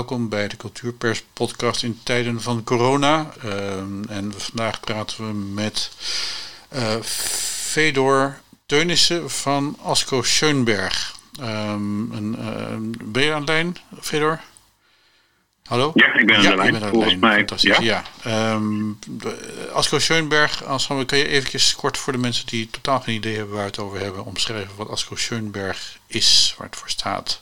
welkom bij de Cultuurpers podcast in tijden van corona. En vandaag praten we met Fedor Teunissen van Asko Schoenberg. Ben je aan de lijn, Fedor? Hallo? Ja, ik ben aan de lijn. Je bent aan de volgens lijn. mij. Fantastisch, Ja? Asko Schoenberg, kan je eventjes kort voor de mensen die totaal geen idee hebben waar we het over hebben, omschrijven wat Asko Schoenberg is, waar het voor staat?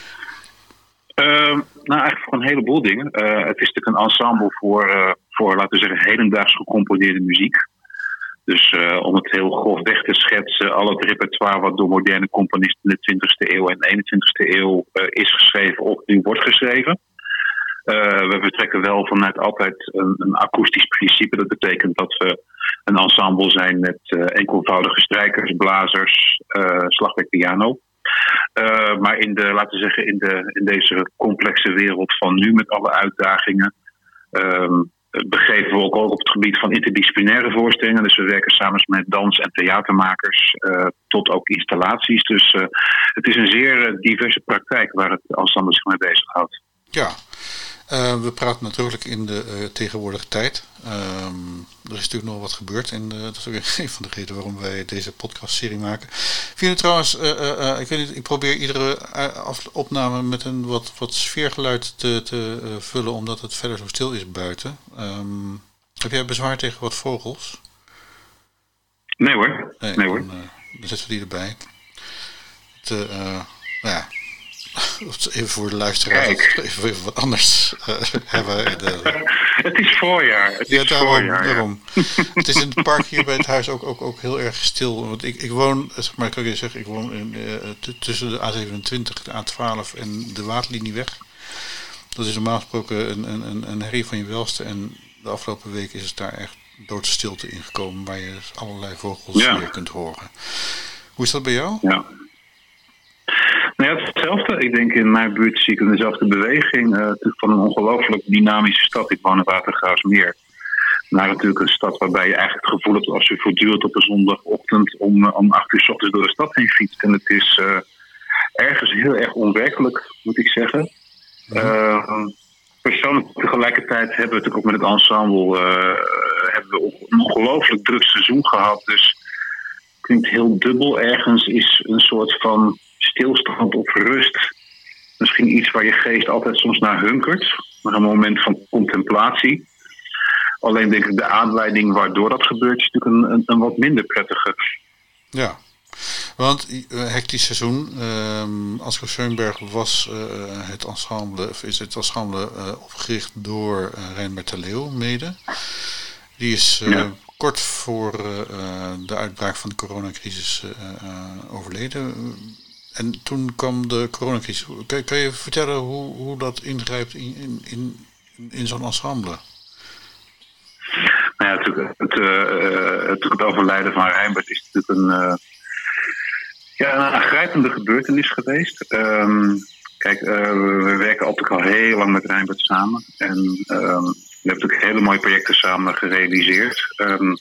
Eigenlijk voor een heleboel dingen. Het is natuurlijk een ensemble voor laten we zeggen, hedendaags gecomponeerde muziek. Dus om het heel grofweg te schetsen, al het repertoire wat door moderne componisten in de 20e eeuw en 21e eeuw is geschreven of nu wordt geschreven. We vertrekken wel vanuit altijd een akoestisch principe. Dat betekent dat we een ensemble zijn met enkelvoudige strijkers, blazers, slagwerk, piano. Maar in deze complexe wereld van nu met alle uitdagingen begeven we ook op het gebied van interdisciplinaire voorstellingen. Dus we werken samen met dans- en theatermakers tot ook installaties. Dus het is een zeer diverse praktijk waar het ensemble zich mee bezighoudt. Ja, we praten natuurlijk in de tegenwoordige tijd. Er is natuurlijk nog wat gebeurd en dat is ook een van de redenen waarom wij deze podcastserie maken. Vind je trouwens, ik weet niet, ik probeer iedere opname met een wat sfeergeluid te vullen, omdat het verder zo stil is buiten. Heb jij bezwaar tegen wat vogels? Nee hoor. Dan zetten we die erbij. Even voor de luisteraar, even wat anders hebben. Het is voorjaar. Daarom. Het is in het park hier bij het huis ook heel erg stil. Want ik woon, zeg maar, kan ik zeggen, ik woon tussen de A27, de A12 en de Waterlinieweg. Dat is normaal gesproken een herrie van je welste. En de afgelopen week is het daar echt doodstilte ingekomen, waar je allerlei vogels weer kunt horen. Hoe is dat bij jou? Ja. Nou ja, hetzelfde. Ik denk in mijn buurt zie ik dezelfde beweging. Van een ongelooflijk dynamische stad. Ik woon in Watergraafsmeer. Naar natuurlijk een stad waarbij je eigenlijk het gevoel hebt als je voortdurend op een zondagochtend om 8 uur 's ochtends door de stad heen fietst. En het is ergens heel erg onwerkelijk, moet ik zeggen. Persoonlijk tegelijkertijd hebben we natuurlijk ook met het ensemble hebben we een ongelooflijk druk seizoen gehad. Dus het klinkt heel dubbel. Ergens is een soort van stilstand of rust misschien iets waar je geest altijd soms naar hunkert. Naar een moment van contemplatie. Alleen denk ik de aanleiding waardoor dat gebeurt is natuurlijk een wat minder prettige. Ja, want hectisch seizoen. Asko Schoenberg was het ensemble opgericht door Reinbert de Leeuw mede. Die is kort voor de uitbraak van de coronacrisis overleden. En toen kwam de coronacrisis. Kan je vertellen hoe dat ingrijpt in zo'n ensemble? Nou ja, natuurlijk het overlijden van Reinbert is natuurlijk een aangrijpende gebeurtenis geweest. Kijk, we werken altijd al heel lang met Reinbert samen. En we hebben natuurlijk hele mooie projecten samen gerealiseerd.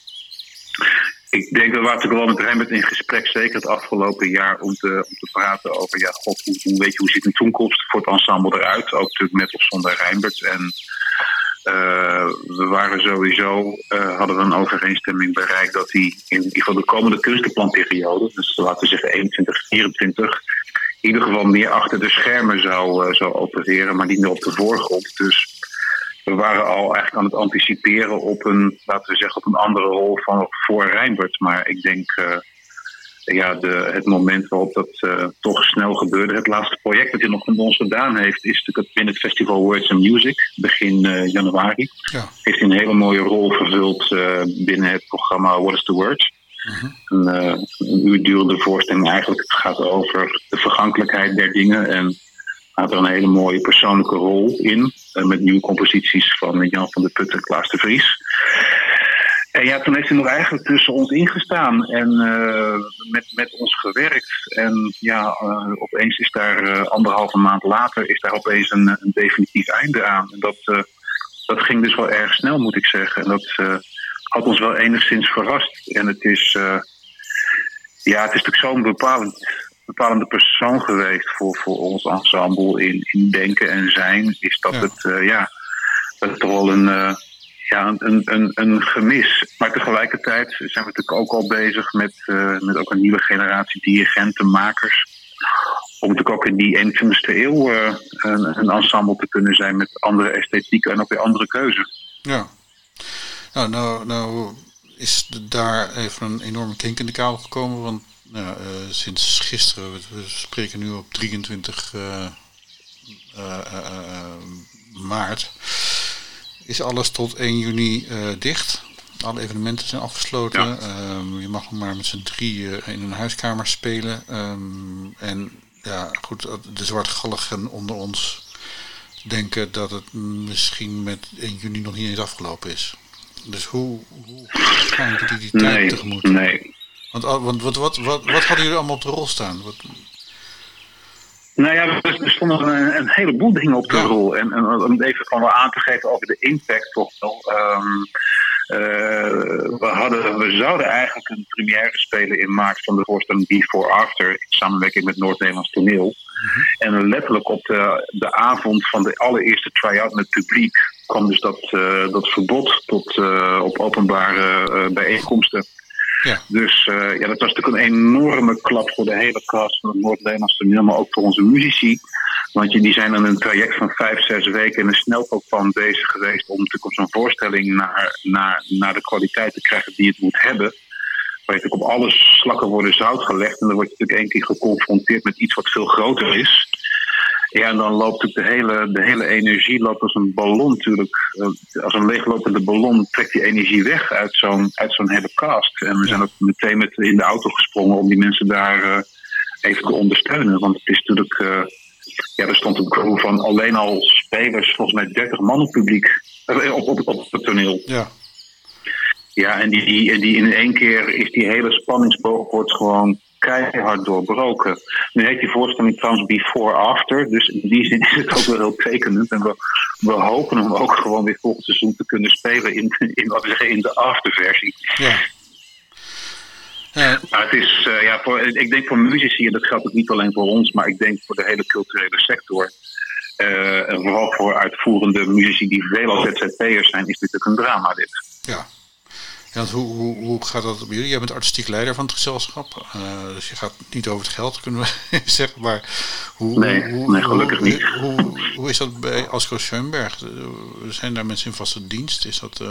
Ik denk dat we natuurlijk wel met Reinbert in gesprek, zeker het afgelopen jaar, om te praten over, hoe ziet een toekomst voor het ensemble eruit? Ook natuurlijk met of zonder Reinbert. En we waren sowieso, hadden we een overeenstemming bereikt dat hij in ieder geval de komende kunstenplanperiode, dus laten we zeggen 21, 24, in ieder geval meer achter de schermen zou opereren, maar niet meer op de voorgrond. Dus we waren al eigenlijk aan het anticiperen op een andere rol voor Reinbert. Maar ik denk, het moment waarop dat toch snel gebeurde, het laatste project dat hij nog met ons gedaan heeft, is natuurlijk binnen het festival Words and Music, begin januari. Ja. Heeft hij een hele mooie rol vervuld binnen het programma What is the Word? Een uur durende voorstelling eigenlijk. Het gaat over de vergankelijkheid der dingen en had er een hele mooie persoonlijke rol in. Met nieuwe composities van Jan van der Putten en Klaas de Vries. En ja, toen heeft hij nog eigenlijk tussen ons ingestaan en met ons gewerkt. En opeens is daar 1,5 maand later is daar opeens een definitief einde aan. En dat ging dus wel erg snel, moet ik zeggen. En dat had ons wel enigszins verrast. En het is natuurlijk zo'n bepalend bepalende persoon geweest voor ons ensemble in denken en zijn. Is dat dat is toch wel een gemis. Maar tegelijkertijd zijn we natuurlijk ook al bezig met ook een nieuwe generatie dirigenten, makers. Om natuurlijk ook in die 21e eeuw een ensemble te kunnen zijn met andere esthetiek en ook weer andere keuzes. Ja. Nou is daar even een enorme kink in de kabel gekomen, want sinds gisteren, we spreken nu op 23 maart, is alles tot 1 juni dicht. Alle evenementen zijn afgesloten. Ja. Je mag nog maar met z'n 3 in een huiskamer spelen. En ja, goed, de zwartgalligen onder ons denken dat het misschien met 1 juni nog niet eens afgelopen is. Dus hoe gaan jullie die tijd tegemoet? Nee. Want wat hadden jullie allemaal op de rol staan? Nou ja, er stonden een heleboel dingen op de rol. En om het even gewoon wel aan te geven over de impact toch wel. We zouden eigenlijk een première spelen in maart van de voorstelling Before After, in samenwerking met Noord-Nederlands Toneel. En letterlijk op de avond van de allereerste try-out met publiek kwam dus dat verbod op openbare bijeenkomsten. Ja. Dus dat was natuurlijk een enorme klap voor de hele cast van het Noord-Nederlands Toneel, maar ook voor onze muzici. Want die zijn in een traject van 5-6 weken in een snelkookpan bezig geweest om natuurlijk op zo'n voorstelling naar de kwaliteit te krijgen die het moet hebben. Waar je natuurlijk op alle slakken worden zout gelegd en dan word je natuurlijk 1 keer geconfronteerd met iets wat veel groter is. Ja, en dan loopt natuurlijk de hele energie loopt als een ballon natuurlijk. Als een leeglopende ballon trekt die energie weg uit zo'n hele cast. En we zijn ook meteen in de auto gesprongen om die mensen daar even te ondersteunen. Want het is natuurlijk... er stond een crew van alleen al spelers, volgens mij 30 man op publiek. Op het toneel. Ja. Ja, en die in 1 keer is die hele spanningsboog wordt gewoon keihard doorbroken. Nu heet die voorstelling trouwens Before After, dus in die zin is het ook wel heel tekenend. En we hopen hem ook gewoon weer volgend seizoen te kunnen spelen in de afterversie. Ja. Maar het is, ik denk voor muzici, en dat geldt ook niet alleen voor ons, maar ik denk voor de hele culturele sector. En vooral voor uitvoerende muzici die veelal ZZP'ers zijn, is dit ook een drama dit. Ja. Ja, hoe gaat dat op jullie? Jij bent artistiek leider van het gezelschap. Dus je gaat niet over het geld, kunnen we zeggen. Maar nee, gelukkig niet. Hoe is dat bij Asko Schoenberg? Zijn daar mensen in vaste dienst? Is dat...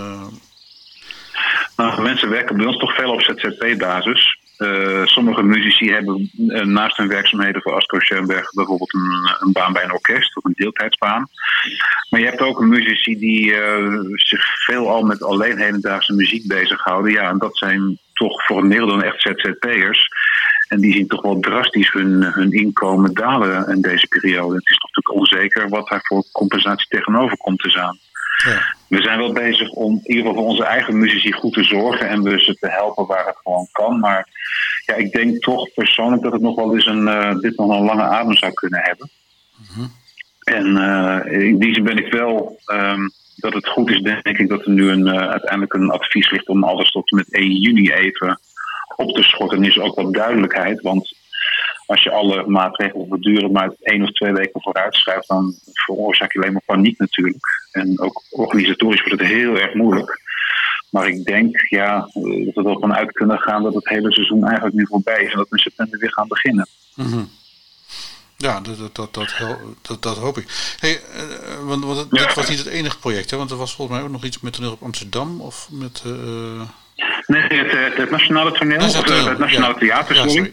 Nou, mensen werken bij ons toch veel op ZZP-basis. Sommige muzici hebben naast hun werkzaamheden voor Asko Schoenberg bijvoorbeeld een baan bij een orkest of een deeltijdsbaan. Maar je hebt ook muzici die zich veelal met alleen hedendaagse muziek bezighouden. Ja, en dat zijn toch voor een deel dan echt ZZP'ers. En die zien toch wel drastisch hun inkomen dalen in deze periode. Het is toch natuurlijk onzeker wat daar voor compensatie tegenover komt te staan. Ja. We zijn wel bezig om in ieder geval voor onze eigen muzici goed te zorgen en we ze te helpen waar het gewoon kan. Maar ja, ik denk toch persoonlijk dat het nog wel eens dit nog een lange adem zou kunnen hebben. Mm-hmm. En in die zin ben ik wel dat het goed is, denk ik, dat er nu uiteindelijk een advies ligt om alles tot met 1 juni even op te schorten. Er is ook wat duidelijkheid, want als je alle maatregelen voortdurend maar 1 of 2 weken vooruit schrijft, dan veroorzaak je alleen maar paniek natuurlijk. En ook organisatorisch wordt het heel erg moeilijk. Maar ik denk dat we er van uit kunnen gaan dat het hele seizoen eigenlijk nu voorbij is en dat we in september weer gaan beginnen. Mm-hmm. Ja, dat hoop ik. Hey, want dit was niet het enige project, hè? Want er was volgens mij ook nog iets met toneel op Amsterdam of met... Nee, het Nationale Toneel, het Nationale Theater, sorry.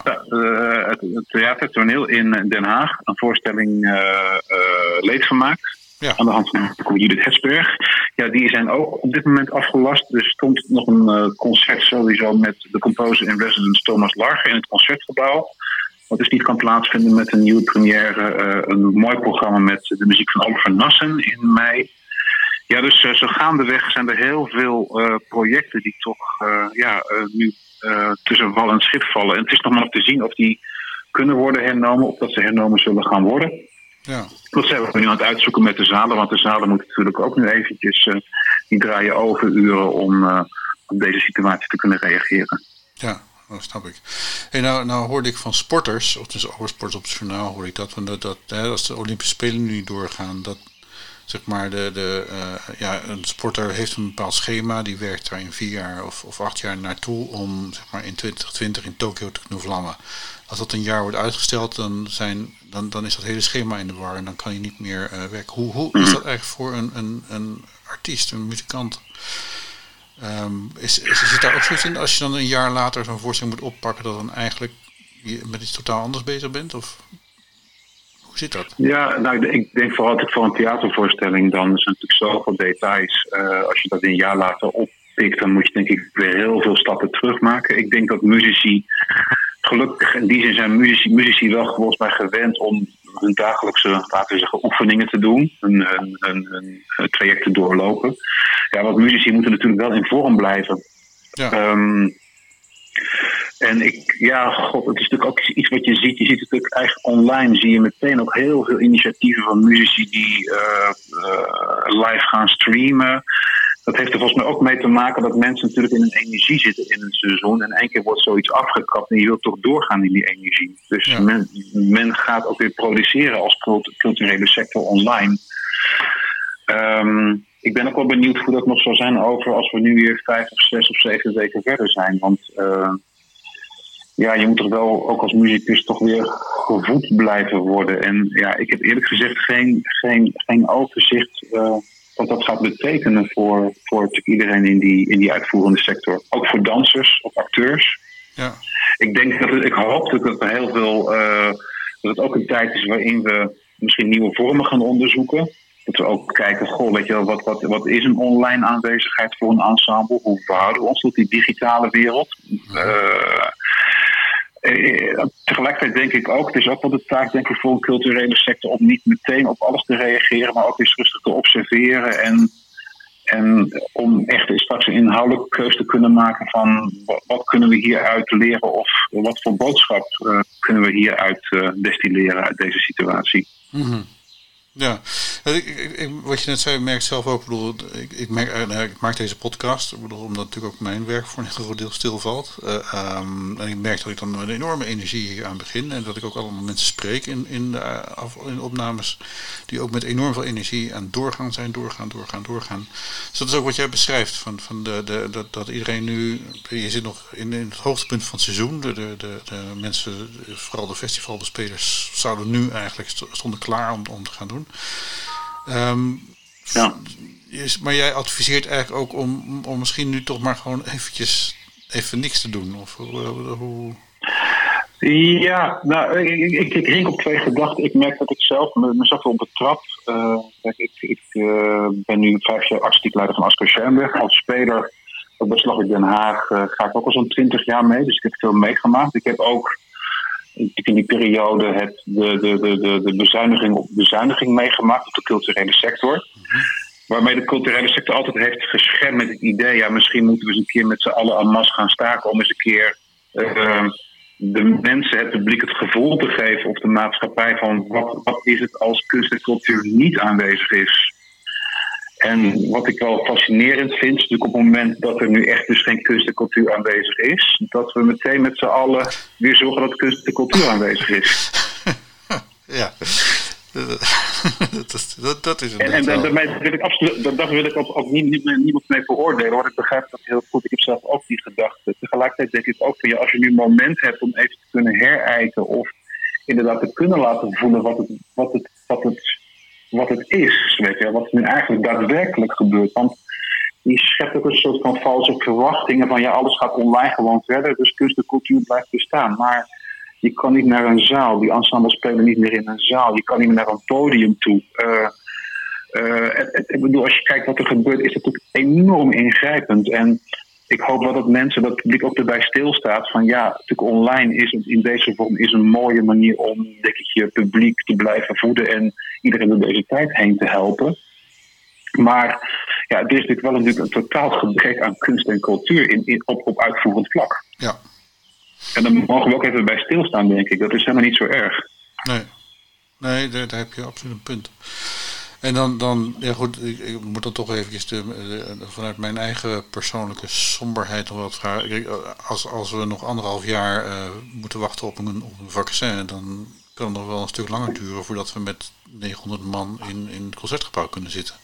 Het Theatertoneel in Den Haag, een voorstelling leedvermaakt. Ja. Aan de hand van Judith Hesberg. Ja, die zijn ook op dit moment afgelast. Er stond nog een concert sowieso met de composer in residence Thomas Large in het Concertgebouw. Wat dus niet kan plaatsvinden met een nieuwe première. Een mooi programma met de muziek van Oliver Nassen in mei. Ja, dus zo gaandeweg zijn er heel veel projecten die toch nu tussen wal en schip vallen. En het is nog maar nog te zien of die kunnen worden hernomen of dat ze hernomen zullen gaan worden. Ja. Dat zijn we nu aan het uitzoeken met de zalen, want de zalen moeten natuurlijk ook nu eventjes, die draaien overuren om op deze situatie te kunnen reageren. Ja, dat snap ik. Hey, nou hoorde ik van sporters, of dus over Sport op het Journaal hoorde ik dat als de Olympische Spelen nu doorgaan, dat zeg maar een sporter heeft een bepaald schema, die werkt daar in 4 jaar of 8 jaar naartoe om zeg maar in 2020 in Tokio te kunnen vlammen. Als dat een jaar wordt uitgesteld, dan is dat hele schema in de war en dan kan je niet meer werken. Hoe is dat eigenlijk voor een artiest, een muzikant? Zit daar ook zoiets in als je dan een jaar later zo'n voorstelling moet oppakken, dat dan eigenlijk je met iets totaal anders bezig bent? Of hoe zit dat? Ja, nou, ik denk vooral dat voor een theatervoorstelling dan is natuurlijk zoveel details. Als je dat een jaar later oppikt, dan moet je denk ik weer heel veel stappen terugmaken. Ik denk dat muzici, gelukkig in die zin zijn muzici wel volgens mij gewend om hun dagelijkse, laten we zeggen, oefeningen te doen, hun traject te doorlopen. Ja, want muzici moeten natuurlijk wel in vorm blijven. Ja. En het is natuurlijk ook iets wat je ziet. Je ziet natuurlijk eigenlijk online, zie je meteen ook heel veel initiatieven van muzici die live gaan streamen. Dat heeft er volgens mij ook mee te maken dat mensen natuurlijk in een energie zitten in een seizoen. En één keer wordt zoiets afgekapt en je wilt toch doorgaan in die energie. Dus ja. Men gaat ook weer produceren als culturele sector online. Ik ben ook wel benieuwd hoe dat nog zal zijn over als we nu weer 5 of 6 of 7 weken verder zijn. Want je moet er wel ook als muzikus toch weer gevoed blijven worden. En ja, ik heb eerlijk gezegd geen overzicht wat dat gaat betekenen voor iedereen in die uitvoerende sector. Ook voor dansers of acteurs. Ja. Ik hoop dat er heel veel dat het ook een tijd is waarin we misschien nieuwe vormen gaan onderzoeken. Dat we ook kijken, weet je wel, wat is een online aanwezigheid voor een ensemble? Hoe verhouden we ons tot die digitale wereld? Tegelijkertijd denk ik ook, het is ook wel de taak denk ik voor een culturele sector om niet meteen op alles te reageren, maar ook eens rustig te observeren en om echt straks een inhoudelijke keuze te kunnen maken van wat kunnen we hieruit leren of wat voor boodschap kunnen we hieruit destilleren uit deze situatie. Mm-hmm. Ja, wat je net zei, ik merk zelf ook. Ik maak deze podcast, omdat natuurlijk ook mijn werk voor een heel groot deel stilvalt. En ik merk dat ik dan met een enorme energie hier aan begin. En dat ik ook allemaal mensen spreek in de opnames die ook met enorm veel energie aan doorgaan zijn. Doorgaan. Dus dat is ook wat jij beschrijft. Dat iedereen nu, je zit nog in het hoogtepunt van het seizoen. De mensen, vooral de festivalbespelers, zouden nu eigenlijk stonden klaar om te gaan doen. Maar jij adviseert eigenlijk ook om misschien nu toch maar gewoon even niks te doen? Of hoe? Ja, nou, ik hing op 2 gedachten. Ik merk dat ik zelf mezelf op de trap. Ik ben nu 5 jaar artistiek leider van Asker Schoenberg. Als speler op de Slag in Den Haag ga ik ook al zo'n 20 jaar mee. Dus ik heb veel meegemaakt. Ik heb ook in die periode de bezuiniging meegemaakt op de culturele sector. Mm-hmm. Waarmee de culturele sector altijd heeft geschermd met het idee, ja, misschien moeten we eens een keer met z'n allen en masse gaan staken om eens een keer de mensen, het publiek, het gevoel te geven of de maatschappij van wat is het als kunst en cultuur niet aanwezig is. En wat ik wel fascinerend vind, is natuurlijk op het moment dat er nu echt dus geen kunst en cultuur aanwezig is, dat we meteen met z'n allen weer zorgen dat kunst en cultuur aanwezig is. Ja, dat is het. En daar wil ik ook niemand mee veroordelen, want ik begrijp dat heel goed. Ik heb zelf ook die gedachte. Tegelijkertijd denk ik ook van ja, als je nu een moment hebt om even te kunnen herijken of inderdaad te kunnen laten voelen wat het is, weet je, wat er nu eigenlijk daadwerkelijk gebeurt. Want die schept ook een soort van valse verwachtingen van ja, alles gaat online gewoon verder, dus kunst en cultuur blijft bestaan. Maar je kan niet naar een zaal, die ensembles spelen niet meer in een zaal, je kan niet meer naar een podium toe. Ik bedoel, als je kijkt wat er gebeurt, is het natuurlijk enorm ingrijpend. En ik hoop wel dat mensen, dat het publiek ook erbij stilstaat van ja, natuurlijk online is het in deze vorm is een mooie manier om, denk ik, je publiek te blijven voeden en iedereen door deze tijd heen te helpen. Maar ja, er is natuurlijk wel een totaal gebrek aan kunst en cultuur op uitvoerend vlak. Ja. En daar mogen we ook even bij stilstaan, denk ik. Dat is helemaal niet zo erg. Nee, daar heb je absoluut een punt. En dan ja goed, ik moet dan toch eventjes vanuit mijn eigen persoonlijke somberheid nog wat vragen. Kijk, als we nog 1,5 jaar moeten wachten op een vaccin, dan kan het nog wel een stuk langer duren voordat we met 900 man in het Concertgebouw kunnen zitten.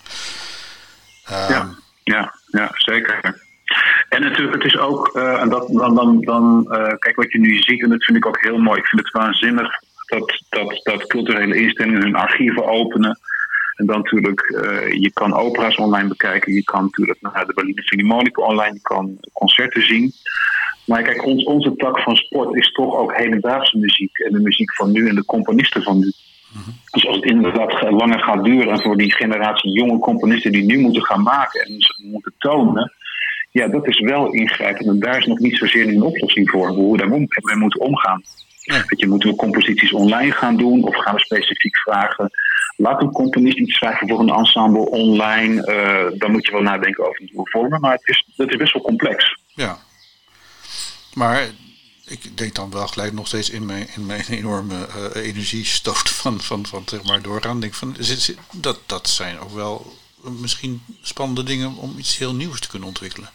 Ja, zeker. En natuurlijk, het is ook, en kijk wat je nu ziet, en dat vind ik ook heel mooi. Ik vind het waanzinnig dat culturele instellingen hun archieven openen. En dan natuurlijk, je kan opera's online bekijken. Je kan natuurlijk naar de Berliner Philharmonica online. Je kan concerten zien. Maar kijk, onze tak van sport is toch ook hedendaagse muziek. En de muziek van nu en de componisten van nu. Mm-hmm. Dus als het inderdaad langer gaat duren en voor die generatie jonge componisten die nu moeten gaan maken en moeten tonen. Ja, dat is wel ingrijpend. En daar is nog niet zozeer een oplossing voor. Hoe we daarmee moeten omgaan. Ja. Moeten we composities online gaan doen? Of gaan we specifiek vragen, laat een componist iets schrijven voor een ensemble online. Dan moet je wel nadenken over nieuwe vormen. Maar dat is best wel complex. Ja. Maar ik denk dan wel gelijk nog steeds in mijn enorme energiestoot van zeg maar doorgaan. Denk van, dat zijn ook wel misschien spannende dingen om iets heel nieuws te kunnen ontwikkelen.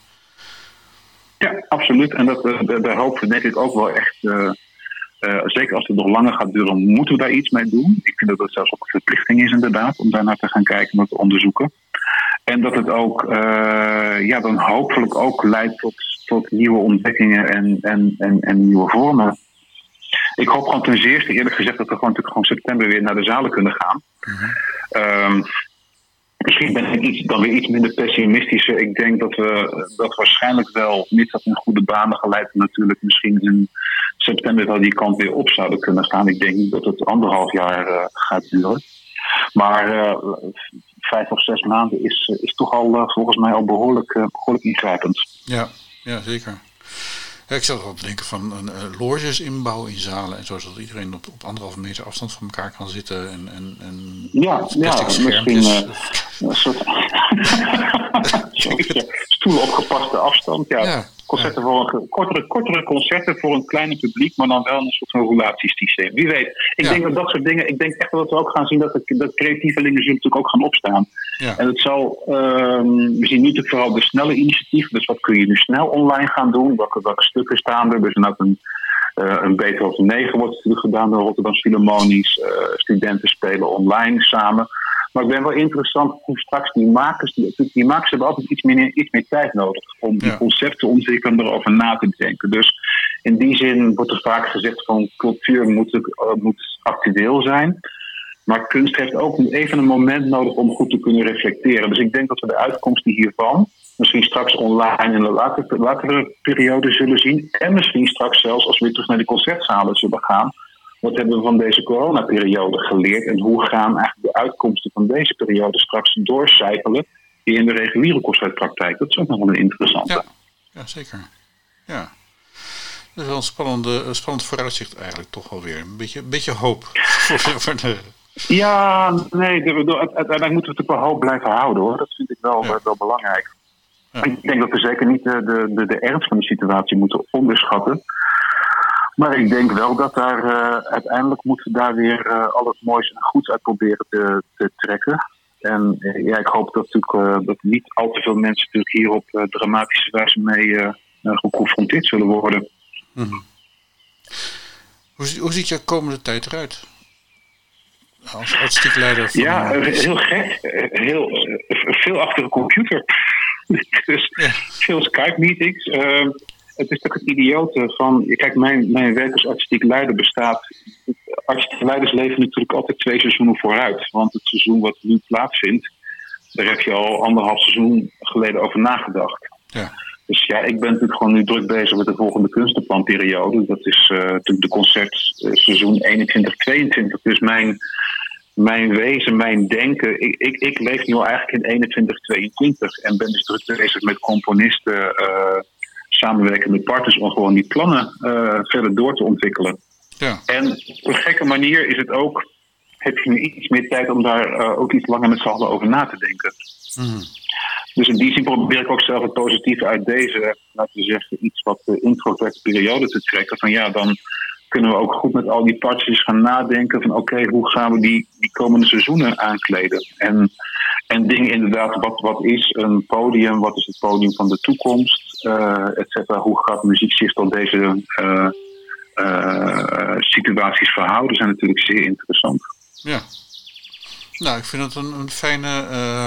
Ja, absoluut. En daar hopen we denk ik ook wel echt. Zeker als het nog langer gaat duren, moeten we daar iets mee doen. Ik vind dat het zelfs ook een verplichting is inderdaad om daarnaar te gaan kijken en te onderzoeken. En dat het ook dan hopelijk ook leidt tot nieuwe ontdekkingen en nieuwe vormen. Ik hoop gewoon ten zeerste eerlijk gezegd dat we gewoon september weer naar de zalen kunnen gaan. Mm-hmm. Misschien ben ik dan weer iets minder pessimistischer. Ik denk dat we waarschijnlijk wel, mits dat in goede banen geleid natuurlijk misschien in september wel die kant weer op zouden kunnen gaan. Ik denk niet dat het 1,5 jaar gaat duren. Maar 5 of 6 maanden is toch al volgens mij al behoorlijk ingrijpend. Ja, zeker. Ja, ik zat al te denken van loges inbouwen in zalen en zo, zodat iedereen op 1,5 meter afstand van elkaar kan zitten en plastic schermpjes. Misschien een soort stoelen op gepaste afstand. Ja. Concerten voor kortere concerten voor een kleiner publiek, maar dan wel een soort van roulatiesysteem. Wie weet. Ik denk dat soort dingen. Ik denk echt dat we ook gaan zien dat creatievelingen zullen natuurlijk ook gaan opstaan. Ja. En het zal, we zien nu natuurlijk vooral de snelle initiatieven. Dus wat kun je nu snel online gaan doen? Welke stukken staan er? Dus een Beethoven 9 wordt natuurlijk gedaan door Rotterdam Philharmonisch. Studenten spelen online samen. Maar ik ben wel interessant hoe straks die makers hebben altijd iets meer tijd nodig om die concepten te ontwikkelen en erover na te denken. Dus in die zin wordt er vaak gezegd van cultuur moet actueel zijn. Maar kunst heeft ook even een moment nodig om goed te kunnen reflecteren. Dus ik denk dat we de uitkomsten hiervan misschien straks online in een latere periode zullen zien. En misschien straks zelfs als we weer terug naar de concertzalen zullen gaan. Wat hebben we van deze coronaperiode geleerd en hoe gaan eigenlijk de uitkomsten van deze periode straks doorcijpelen in de reguliere concertpraktijk? Dat is ook nog wel een interessante. Ja, zeker. Ja. Dat is wel een spannend vooruitzicht eigenlijk toch wel weer. Een beetje hoop. Ja, nee, uiteindelijk moeten we natuurlijk wel hoop blijven houden hoor. Dat vind ik wel belangrijk. Ja. Ik denk dat we zeker niet de ernst van de situatie moeten onderschatten. Maar ik denk wel dat daar uiteindelijk moeten we daar weer al het moois en goeds uit proberen te trekken. En ik hoop dat natuurlijk dat niet al te veel mensen natuurlijk hier op dramatische wijze mee geconfronteerd zullen worden. Mm-hmm. Hoe ziet jouw komende tijd eruit? Als artistiek leider van... Ja, heel gek. Veel achter een computer. Dus veel Skype-meetings. Het is toch het idiote van... Kijk, mijn werk als artistiek leider bestaat... Artistieke leiders leven natuurlijk altijd 2 seizoenen vooruit. Want het seizoen wat nu plaatsvindt... daar heb je al 1,5 seizoen geleden over nagedacht. Ja. Dus ja, ik ben natuurlijk gewoon nu druk bezig met de volgende kunstenplanperiode. Dat is natuurlijk de concertseizoen 21-22. Dus mijn wezen, mijn denken... Ik leef nu al eigenlijk in 21-22. En ben dus druk bezig met componisten... samenwerken met partners om gewoon die plannen verder door te ontwikkelen. Ja. En op een gekke manier is het ook... heb je nu iets meer tijd om daar ook iets langer met z'n allen over na te denken. Mm. Dus in die zin probeer ik ook zelf het positieve uit deze, laten we zeggen, iets wat introverte periode te trekken. Van ja, dan kunnen we ook goed met al die partjes gaan nadenken van oké, hoe gaan we die komende seizoenen aankleden? En dingen inderdaad, wat is een podium? Wat is het podium van de toekomst? Et cetera. Hoe gaat muziek zich tot deze situaties verhouden? Zijn natuurlijk zeer interessant. Ja. Nou, ik vind het een fijne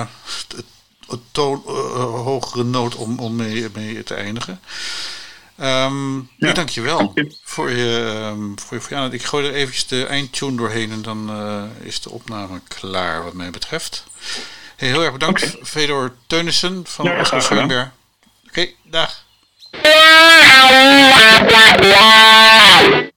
hogere noot om mee te eindigen. Dank je wel voor je aandacht. Ik gooi er eventjes de eindtune doorheen en dan is de opname klaar wat mij betreft. Hey, heel erg bedankt, Fedor Teunissen van Oscar Schoenberg. Oké, dag.